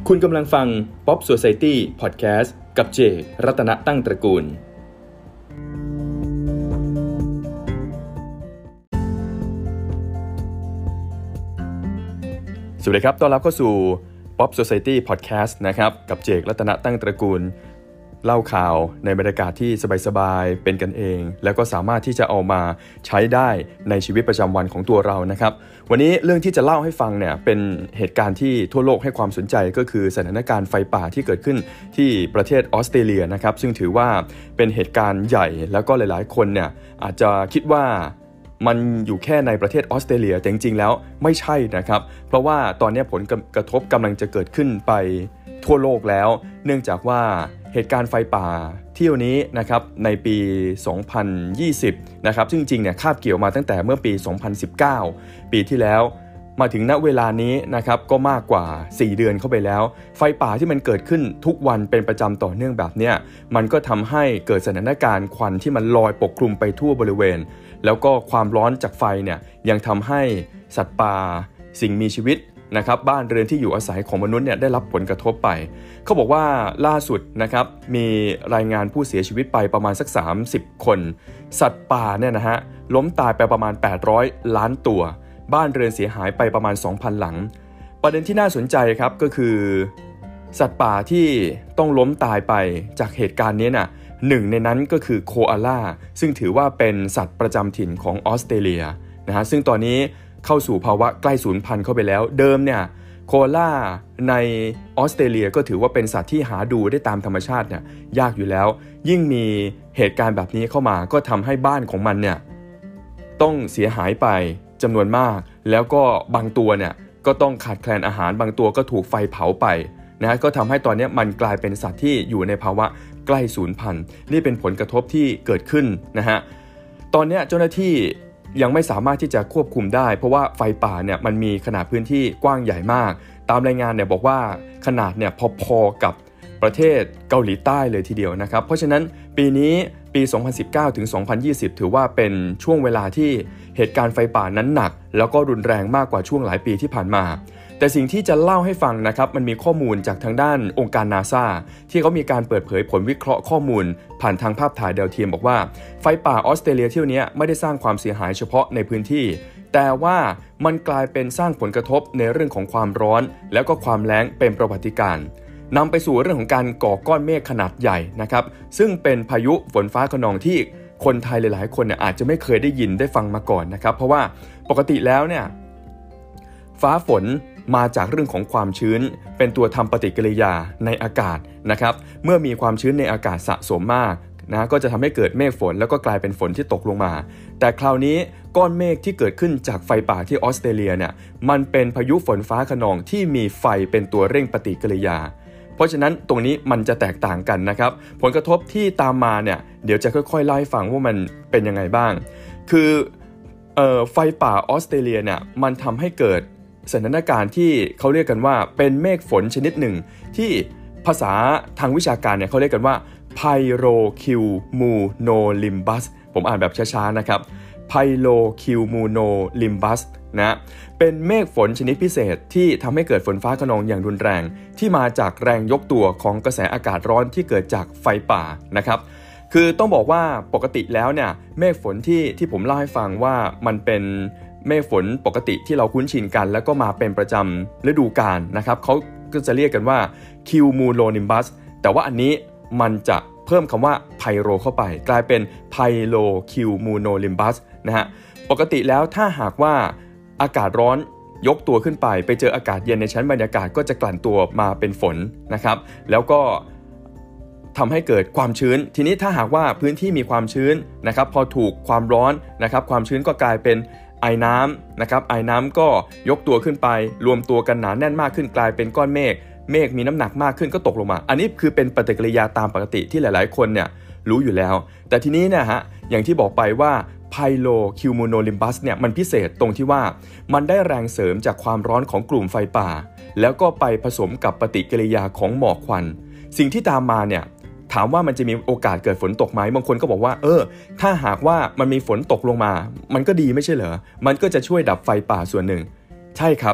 คุณกำลังฟัง Pop Society Podcast กับเจ รัตนตั้งตระกูลสวัสดีครับต้อนรับเข้าสู่ Pop Society Podcast นะครับกับเจ รัตนตั้งตระกูลเล่าข่าวในบรรยากาศที่สบายๆเป็นกันเองแล้วก็สามารถที่จะเอามาใช้ได้ในชีวิตประจำวันของตัวเรานะครับวันนี้เรื่องที่จะเล่าให้ฟังเนี่ยเป็นเหตุการณ์ที่ทั่วโลกให้ความสนใจก็คือสถานการณ์ไฟป่าที่เกิดขึ้นที่ประเทศออสเตรเลียนะครับซึ่งถือว่าเป็นเหตุการณ์ใหญ่แล้วก็หลายๆคนเนี่ยอาจจะคิดว่ามันอยู่แค่ในประเทศออสเตรเลียแต่จริงๆแล้วไม่ใช่นะครับเพราะว่าตอนนี้ผลกระทบกำลังจะเกิดขึ้นไปทั่วโลกแล้วเนื่องจากว่าเหตุการณ์ไฟป่าเที่ยวนี้นะครับในปี 2020 นะครับซึ่งจริงๆเนี่ยคาบเกี่ยวมาตั้งแต่เมื่อปี 2019 ปีที่แล้วมาถึงณเวลานี้นะครับก็มากกว่า4เดือนเข้าไปแล้วไฟป่าที่มันเกิดขึ้นทุกวันเป็นประจำต่อเนื่องแบบเนี้ยมันก็ทำให้เกิดสถานการณ์ควันที่มันลอยปกคลุมไปทั่วบริเวณแล้วก็ความร้อนจากไฟเนี่ยยังทำให้สัตว์ป่าสิ่งมีชีวิตนะครับบ้านเรือนที่อยู่อาศัยของมนุษย์เนี่ยได้รับผลกระทบไปเขาบอกว่าล่าสุดนะครับมีรายงานผู้เสียชีวิตไปประมาณสัก30คนสัตว์ป่าเนี่ยนะฮะล้มตายไปประมาณ800ล้านตัวบ้านเรือนเสียหายไปประมาณ 2,000 หลังประเด็นที่น่าสนใจครับก็คือสัตว์ป่าที่ต้องล้มตายไปจากเหตุการณ์นี้น่ะหนึ่งในนั้นก็คือโคอาล่าซึ่งถือว่าเป็นสัตว์ประจำถิ่นของออสเตรเลียนะฮะซึ่งตอนนี้เข้าสู่ภาวะใกล้สูญพันธุ์เข้าไปแล้วเดิมเนี่ยโคอาล่าในออสเตรเลียก็ถือว่าเป็นสัตว์ที่หาดูได้ตามธรรมชาติเนี่ยยากอยู่แล้วยิ่งมีเหตุการณ์แบบนี้เข้ามาก็ทำให้บ้านของมันเนี่ยต้องเสียหายไปจำนวนมากแล้วก็บางตัวเนี่ยก็ต้องขาดแคลนอาหารบางตัวก็ถูกไฟเผาไปนะก็ทำให้ตอนนี้มันกลายเป็นสัตว์ที่อยู่ในภาวะใกล้สูญพันธุ์นี่เป็นผลกระทบที่เกิดขึ้นนะฮะตอนนี้เจ้าหน้าที่ยังไม่สามารถที่จะควบคุมได้เพราะว่าไฟป่าเนี่ยมันมีขนาดพื้นที่กว้างใหญ่มากตามรายงานเนี่ยบอกว่าขนาดเนี่ยพอๆกับประเทศเกาหลีใต้เลยทีเดียวนะครับเพราะฉะนั้นปีนี้ปี 2019 ถึง 2020 ถือว่าเป็นช่วงเวลาที่เหตุการณ์ไฟป่านั้นหนักแล้วก็รุนแรงมากกว่าช่วงหลายปีที่ผ่านมาแต่สิ่งที่จะเล่าให้ฟังนะครับมันมีข้อมูลจากทางด้านองค์การ NASA ที่เขามีการเปิดเผยผลวิเคราะห์ข้อมูลผ่านทางภาพถ่ายดาวเทียมบอกว่าไฟป่าออสเตรเลียเที่ยวนี้ไม่ได้สร้างความเสียหายเฉพาะในพื้นที่แต่ว่ามันกลายเป็นสร้างผลกระทบในเรื่องของความร้อนแล้วก็ความแล้งเป็นประวัติการณ์นำไปสู่เรื่องของการก่อก้อนเมฆขนาดใหญ่นะครับซึ่งเป็นพายุฝนฟ้าคะนองที่คนไทยหลายๆคนเนี่ยอาจจะไม่เคยได้ยินได้ฟังมาก่อนนะครับเพราะว่าปกติแล้วเนี่ยฟ้าฝนมาจากเรื่องของความชื้นเป็นตัวทำปฏิกิริยาในอากาศนะครับเมื่อมีความชื้นในอากาศสะสมมากนะก็จะทำให้เกิดเมฆฝนแล้วก็กลายเป็นฝนที่ตกลงมาแต่คราวนี้ก้อนเมฆที่เกิดขึ้นจากไฟป่าที่ออสเตรเลียเนี่ยมันเป็นพายุฝนฟ้าคะนองที่มีไฟเป็นตัวเร่งปฏิกิริยาเพราะฉะนั้นตรงนี้มันจะแตกต่างกันนะครับผลกระทบที่ตามมาเนี่ยเดี๋ยวจะค่อยๆเล่าให้ฟังว่ามันเป็นยังไงบ้างคือไฟป่าออสเตรเลียเนี่ยมันทำให้เกิดสถานการณ์ที่เขาเรียกกันว่าเป็นเมฆฝนชนิดหนึ่งที่ภาษาทางวิชาการเนี่ยเขาเรียกกันว่า Pyrocumulonimbus ผมอ่านแบบช้าๆนะครับ Pyrocumulonimbus นะเป็นเมฆฝนชนิดพิเศษที่ทำให้เกิดฝนฟ้าคะนองอย่างรุนแรงที่มาจากแรงยกตัวของกระแสอากาศร้อนที่เกิดจากไฟป่านะครับคือต้องบอกว่าปกติแล้วเนี่ยเมฆฝนที่ผมเล่าให้ฟังว่ามันเป็นเมฆฝนปกติที่เราคุ้นชินกันแล้วก็มาเป็นประจำฤดูกาลนะครับเขาก็จะเรียกกันว่า Cumulonimbus แต่ว่าอันนี้มันจะเพิ่มคำว่าไพโรเข้าไปกลายเป็น Pyrocumulonimbus นะฮะปกติแล้วถ้าหากว่าอากาศร้อนยกตัวขึ้นไปเจออากาศเย็นในชั้นบรรยากาศก็จะกลั่นตัวมาเป็นฝนนะครับแล้วก็ทำให้เกิดความชื้นทีนี้ถ้าหากว่าพื้นที่มีความชื้นนะครับพอถูกความร้อนนะครับความชื้นก็กลายเป็นไอน้ำนะครับไอน้ำก็ยกตัวขึ้นไปรวมตัวกันหนาแน่นมากขึ้นกลายเป็นก้อนเมฆมีน้ำหนักมากขึ้นก็ตกลงมาอันนี้คือเป็นปฏิกิริยาตามปกติที่หลายๆคนเนี่ยรู้อยู่แล้วแต่ทีนี้เนี่ยฮะอย่างที่บอกไปว่า Pyrocumulonimbus เนี่ยมันพิเศษตรงที่ว่ามันได้แรงเสริมจากความร้อนของกลุ่มไฟป่าแล้วก็ไปผสมกับปฏิกิริยาของหมอกควันสิ่งที่ตามมาเนี่ยถามว่ามันจะมีโอกาสเกิดฝนตกไหมบางคนก็บอกว่าถ้าหากว่ามันมีฝนตกลงมามันก็ดีไม่ใช่เหรอมันก็จะช่วยดับไฟป่าส่วนหนึ่งใช่ครับ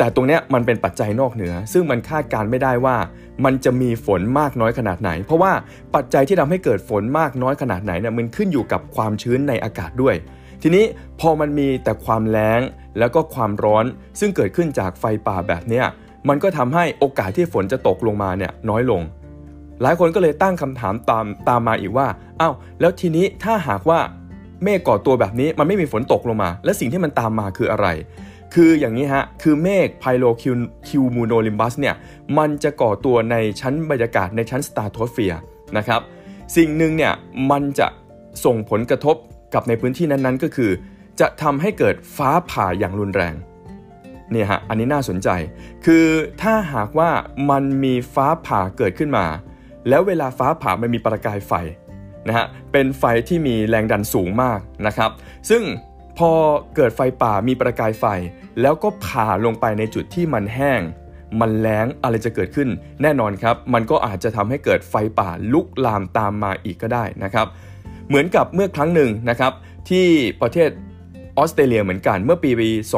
แต่ตรงเนี้ยมันเป็นปัจจัยนอกเหนือซึ่งมันคาดการไม่ได้ว่ามันจะมีฝนมากน้อยขนาดไหนเพราะว่าปัจจัยที่ทำให้เกิดฝนมากน้อยขนาดไหนเนี่ยมันขึ้นอยู่กับความชื้นในอากาศด้วยทีนี้พอมันมีแต่ความแล้งแล้วก็ความร้อนซึ่งเกิดขึ้นจากไฟป่าแบบเนี้ยมันก็ทำให้โอกาสที่ฝนจะตกลงมาเนี่ยน้อยลงหลายคนก็เลยตั้งคำถามตามมาอีกว่าอ้าวแล้วทีนี้ถ้าหากว่าเมฆก่อตัวแบบนี้มันไม่มีฝนตกลงมาและสิ่งที่มันตามมาคืออะไรคืออย่างนี้ฮะคือเมฆไพโลคิวมูโนลิมบัสเนี่ยมันจะก่อตัวในชั้นบรรยากาศในชั้นสตราโทสเฟียร์นะครับสิ่งหนึ่งเนี่ยมันจะส่งผลกระทบกับในพื้นที่นั้นๆก็คือจะทำให้เกิดฟ้าผ่าอย่างรุนแรงเนี่ยฮะอันนี้น่าสนใจคือถ้าหากว่ามันมีฟ้าผ่าเกิดขึ้นมาแล้วเวลาฟ้าผ่ามันมีประกายไฟนะฮะเป็นไฟที่มีแรงดันสูงมากนะครับซึ่งพอเกิดไฟป่ามีประกายไฟแล้วก็ผ่าลงไปในจุดที่มันแห้งมันแล้งอะไรจะเกิดขึ้นแน่นอนครับมันก็อาจจะทำให้เกิดไฟป่าลุกลามตามมาอีกก็ได้นะครับเหมือนกับเมื่อครั้งหนึ่งนะครับที่ประเทศออสเตรเลียเหมือนกันเมื่อปี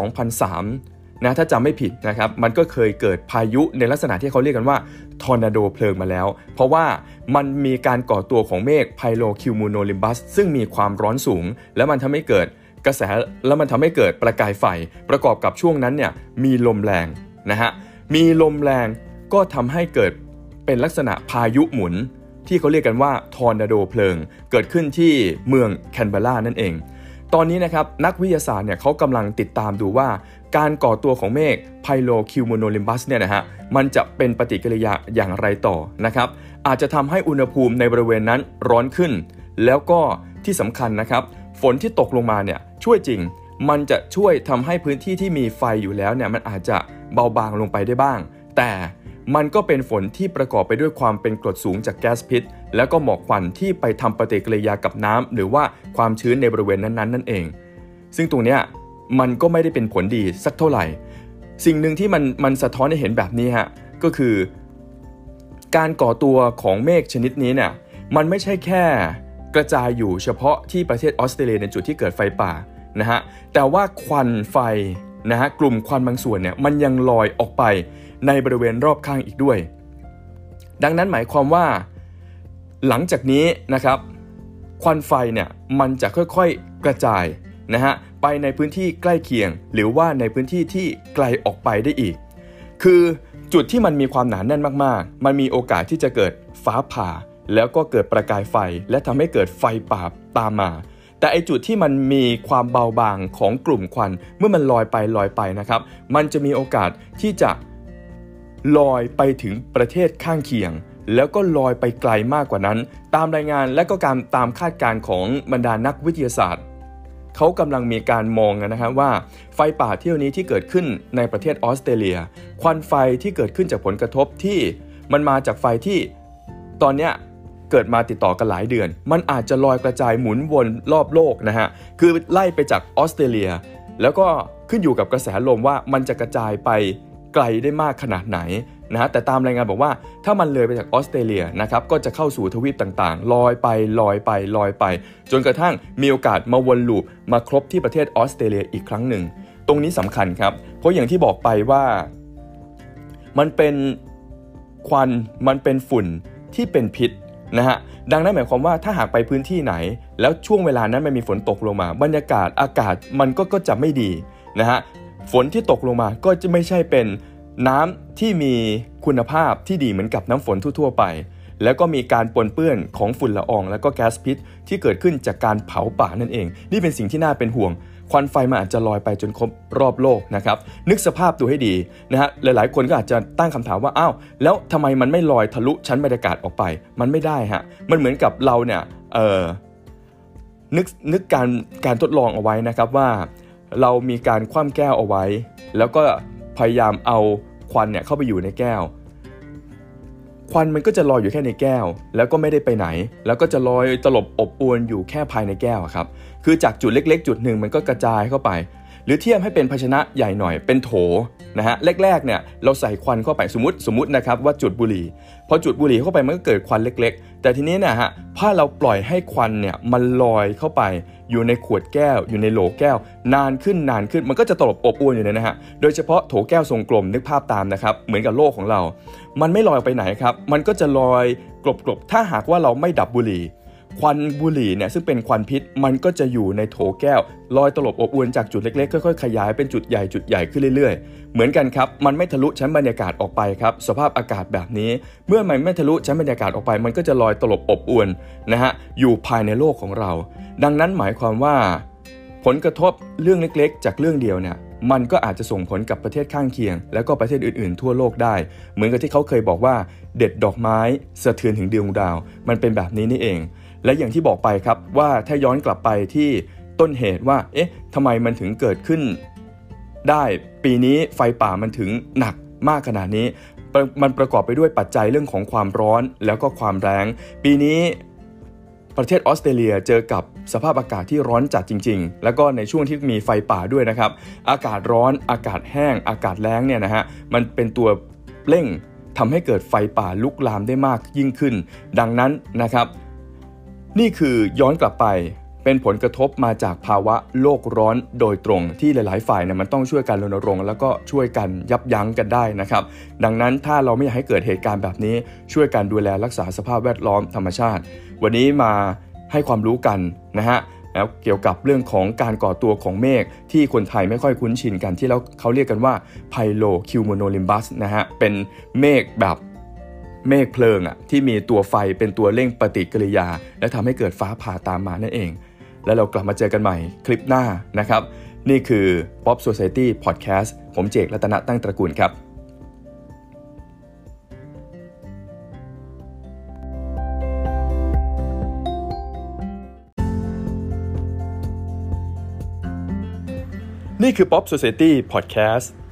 2003นะถ้าจำไม่ผิดนะครับมันก็เคยเกิดพายุในลักษณะที่เขาเรียกกันว่าทอร์นาโดเพลิงมาแล้วเพราะว่ามันมีการก่อตัวของเมฆไพโลคิวมูโนลิมบัสซึ่งมีความร้อนสูงแล้วมันทำให้เกิดกระแสแล้วมันทำให้เกิดประกายไฟประกอบกับช่วงนั้นเนี่ยมีลมแรงนะฮะมีลมแรงก็ทำให้เกิดเป็นลักษณะพายุหมุนที่เขาเรียกกันว่าทอร์นาโดเพลิงเกิดขึ้นที่เมืองแคนเบอร์รานั่นเองตอนนี้นะครับนักวิทยาศาสตร์เนี่ยเขากำลังติดตามดูว่าการก่อตัวของเมฆไพโลคิวมูโนลิมบัสเนี่ยนะฮะมันจะเป็นปฏิกิริยาอย่างไรต่อนะครับอาจจะทำให้อุณหภูมิในบริเวณนั้นร้อนขึ้นแล้วก็ที่สำคัญนะครับฝนที่ตกลงมาเนี่ยช่วยจริงมันจะช่วยทำให้พื้นที่ที่มีไฟอยู่แล้วเนี่ยมันอาจจะเบาบางลงไปได้บ้างแต่มันก็เป็นฝนที่ประกอบไปด้วยความเป็นกรดสูงจากแก๊สพิษแล้วก็หมอกควันที่ไปทำปฏิกิริยากับน้ำหรือว่าความชื้นในบริเวณนั้นๆนั่นเองซึ่งตรงเนี้ยมันก็ไม่ได้เป็นผลดีสักเท่าไหร่สิ่งหนึ่งที่มันสะท้อนให้เห็นแบบนี้ฮะก็คือการก่อตัวของเมฆชนิดนี้เนี่ยมันไม่ใช่แค่กระจายอยู่เฉพาะที่ประเทศออสเตรเลียในจุดที่เกิดไฟป่านะฮะแต่ว่าควันไฟนะฮะกลุ่มควันบางส่วนเนี่ยมันยังลอยออกไปในบริเวณรอบข้างอีกด้วยดังนั้นหมายความว่าหลังจากนี้นะครับควันไฟเนี่ยมันจะค่อยๆกระจายนะฮะไปในพื้นที่ใกล้เคียงหรือว่าในพื้นที่ที่ไกลออกไปได้อีกคือจุดที่มันมีความหนาแน่นมากๆมันมีโอกาสที่จะเกิดฟ้าผ่าแล้วก็เกิดประกายไฟและทำให้เกิดไฟป่าตามมาแต่ไอจุดที่มันมีความเบาบางของกลุ่มควันเมื่อมันลอยไปนะครับมันจะมีโอกาสที่จะลอยไปถึงประเทศข้างเคียงแล้วก็ลอยไปไกลมากกว่านั้นตามรายงานและก็การตามคาดการณ์ของบรรดานักวิทยาศาสตร์เขากำลังมีการมองนะครับว่าไฟป่าเที่ยวนี้ที่เกิดขึ้นในประเทศออสเตรเลียควันไฟที่เกิดขึ้นจากผลกระทบที่มันมาจากไฟที่ตอนเนี้ยเกิดมาติดต่อกันหลายเดือนมันอาจจะลอยกระจายหมุนวนรอบโลกนะฮะคือไล่ไปจากออสเตรเลียแล้วก็ขึ้นอยู่กับกระแสลมว่ามันจะกระจายไปไกลได้มากขนาดไหนนะฮะแต่ตามรายงานบอกว่าถ้ามันเลยไปจากออสเตรเลียนะครับก็จะเข้าสู่ทวีปต่างๆลอยไปจนกระทั่งมีโอกาสมาวนลูปมาครบที่ประเทศออสเตรเลียอีกครั้งหนึ่งตรงนี้สำคัญครับเพราะอย่างที่บอกไปว่ามันเป็นควันมันเป็นฝุ่นที่เป็นพิษนะฮะดังนั้นหมายความว่าถ้าหากไปพื้นที่ไหนแล้วช่วงเวลานั้นมันมีฝนตกลงมาบรรยากาศอากาศมันก็จะไม่ดีนะฮะฝนที่ตกลงมาก็จะไม่ใช่เป็นน้ำที่มีคุณภาพที่ดีเหมือนกับน้ำฝนทั่วๆไปแล้วก็มีการปนเปื้อนของฝุ่นละอองแล้วก็แก๊สพิษที่เกิดขึ้นจากการเผาป่านั่นเองนี่เป็นสิ่งที่น่าเป็นห่วงควันไฟมันอาจจะลอยไปจนครบรอบโลกนะครับนึกสภาพดูให้ดีนะฮะหลายๆคนก็อาจจะตั้งคำถามว่าอ้าวแล้วทำไมมันไม่ลอยทะลุชั้นบรรยากาศออกไปมันไม่ได้ฮะมันเหมือนกับเราเนี่ยนึกการทดลองเอาไว้นะครับว่าเรามีการคว่ำแก้วเอาไว้แล้วก็พยายามเอาควันเนี่ยเข้าไปอยู่ในแก้วควันมันก็จะลอยอยู่แค่ในแก้วแล้วก็ไม่ได้ไปไหนแล้วก็จะลอยตลบอบอวนอยู่แค่ภายในแก้วครับคือจากจุดเล็กๆจุดหนึ่งมันก็กระจายเข้าไปหรือเทียบให้เป็นภาชนะใหญ่หน่อยเป็นโถนะฮะแรกๆเนี่ยเราใส่ควันเข้าไปสมมตินะครับว่าจุดบุหรี่พอจุดบุหรี่เข้าไปมันก็เกิดควันเล็กๆแต่ทีนี้นะฮะถ้าเราปล่อยให้ควันเนี่ยมันลอยเข้าไปอยู่ในขวดแก้วอยู่ในโหลแก้วนานขึ้นมันก็จะตลบอบอวนอยู่นะฮะโดยเฉพาะโถแก้วทรงกลมนึกภาพตามนะครับเหมือนกับโลกของเรามันไม่ลอยไปไหนครับมันก็จะลอยกลบถ้าหากว่าเราไม่ดับบุหรี่ควันบุหรี่เนี่ยซึ่งเป็นควันพิษมันก็จะอยู่ในโถแก้วลอยตลบอบอวนจากจุดเล็กๆค่อยๆขยายเป็นจุดใหญ่ขึ้นเรื่อยๆเหมือนกันครับมันไม่ทะลุชั้นบรรยากาศออกไปครับสภาพอากาศแบบนี้เมื่อมันไม่ทะลุชั้นบรรยากาศออกไปมันก็จะลอยตลบอบอวนนะฮะอยู่ภายในโลกของเราดังนั้นหมายความว่าผลกระทบเรื่องเล็กๆจากเรื่องเดียวเนี่ยมันก็อาจจะส่งผลกับประเทศข้างเคียงแล้วก็ประเทศอื่นๆทั่วโลกได้เหมือนกับที่เขาเคยบอกว่าเด็ดดอกไม้สะเทือนถึงดวงดาวมันเป็นแบบนี้นี่เองและอย่างที่บอกไปครับว่าถ้าย้อนกลับไปที่ต้นเหตุว่าทำไมมันถึงเกิดขึ้นได้ปีนี้ไฟป่ามันถึงหนักมากขนาดนี้มันประกอบไปด้วยปัจจัยเรื่องของความร้อนแล้วก็ความแรงปีนี้ประเทศออสเตรเลียเจอกับสภาพอากาศที่ร้อนจัดจริงๆแล้วก็ในช่วงที่มีไฟป่าด้วยนะครับอากาศร้อนอากาศแห้งอากาศแล้งเนี่ยนะฮะมันเป็นตัวเร่งทำให้เกิดไฟป่าลุกลามได้มากยิ่งขึ้นดังนั้นนะครับนี่คือย้อนกลับไปเป็นผลกระทบมาจากภาวะโลกร้อนโดยตรงที่หลายๆฝ่ายเนี่ยมันต้องช่วยกันรณรงค์แล้วก็ช่วยกันยับยั้งกันได้นะครับดังนั้นถ้าเราไม่อยากให้เกิดเหตุการณ์แบบนี้ช่วยกันดูแลรักษาสภาพแวดล้อมธรรมชาติวันนี้มาให้ความรู้กันนะฮะแล้วเกี่ยวกับเรื่องของการก่อตัวของเมฆที่คนไทยไม่ค่อยคุ้นชินกันที่เขาเรียกกันว่าไพโลคิวโมโนลิมบัสนะฮะเป็นเมฆแบบเมฆเพลิงที่มีตัวไฟเป็นตัวเร่งปฏิกิริยาและทำให้เกิดฟ้าผ่าตามมานั่นเองแล้วเรากลับมาเจอกันใหม่คลิปหน้านะครับนี่คือ Pop Society Podcast ผมเจกรัตนะตั้งตระกูลครับนี่คือ Pop Society Podcast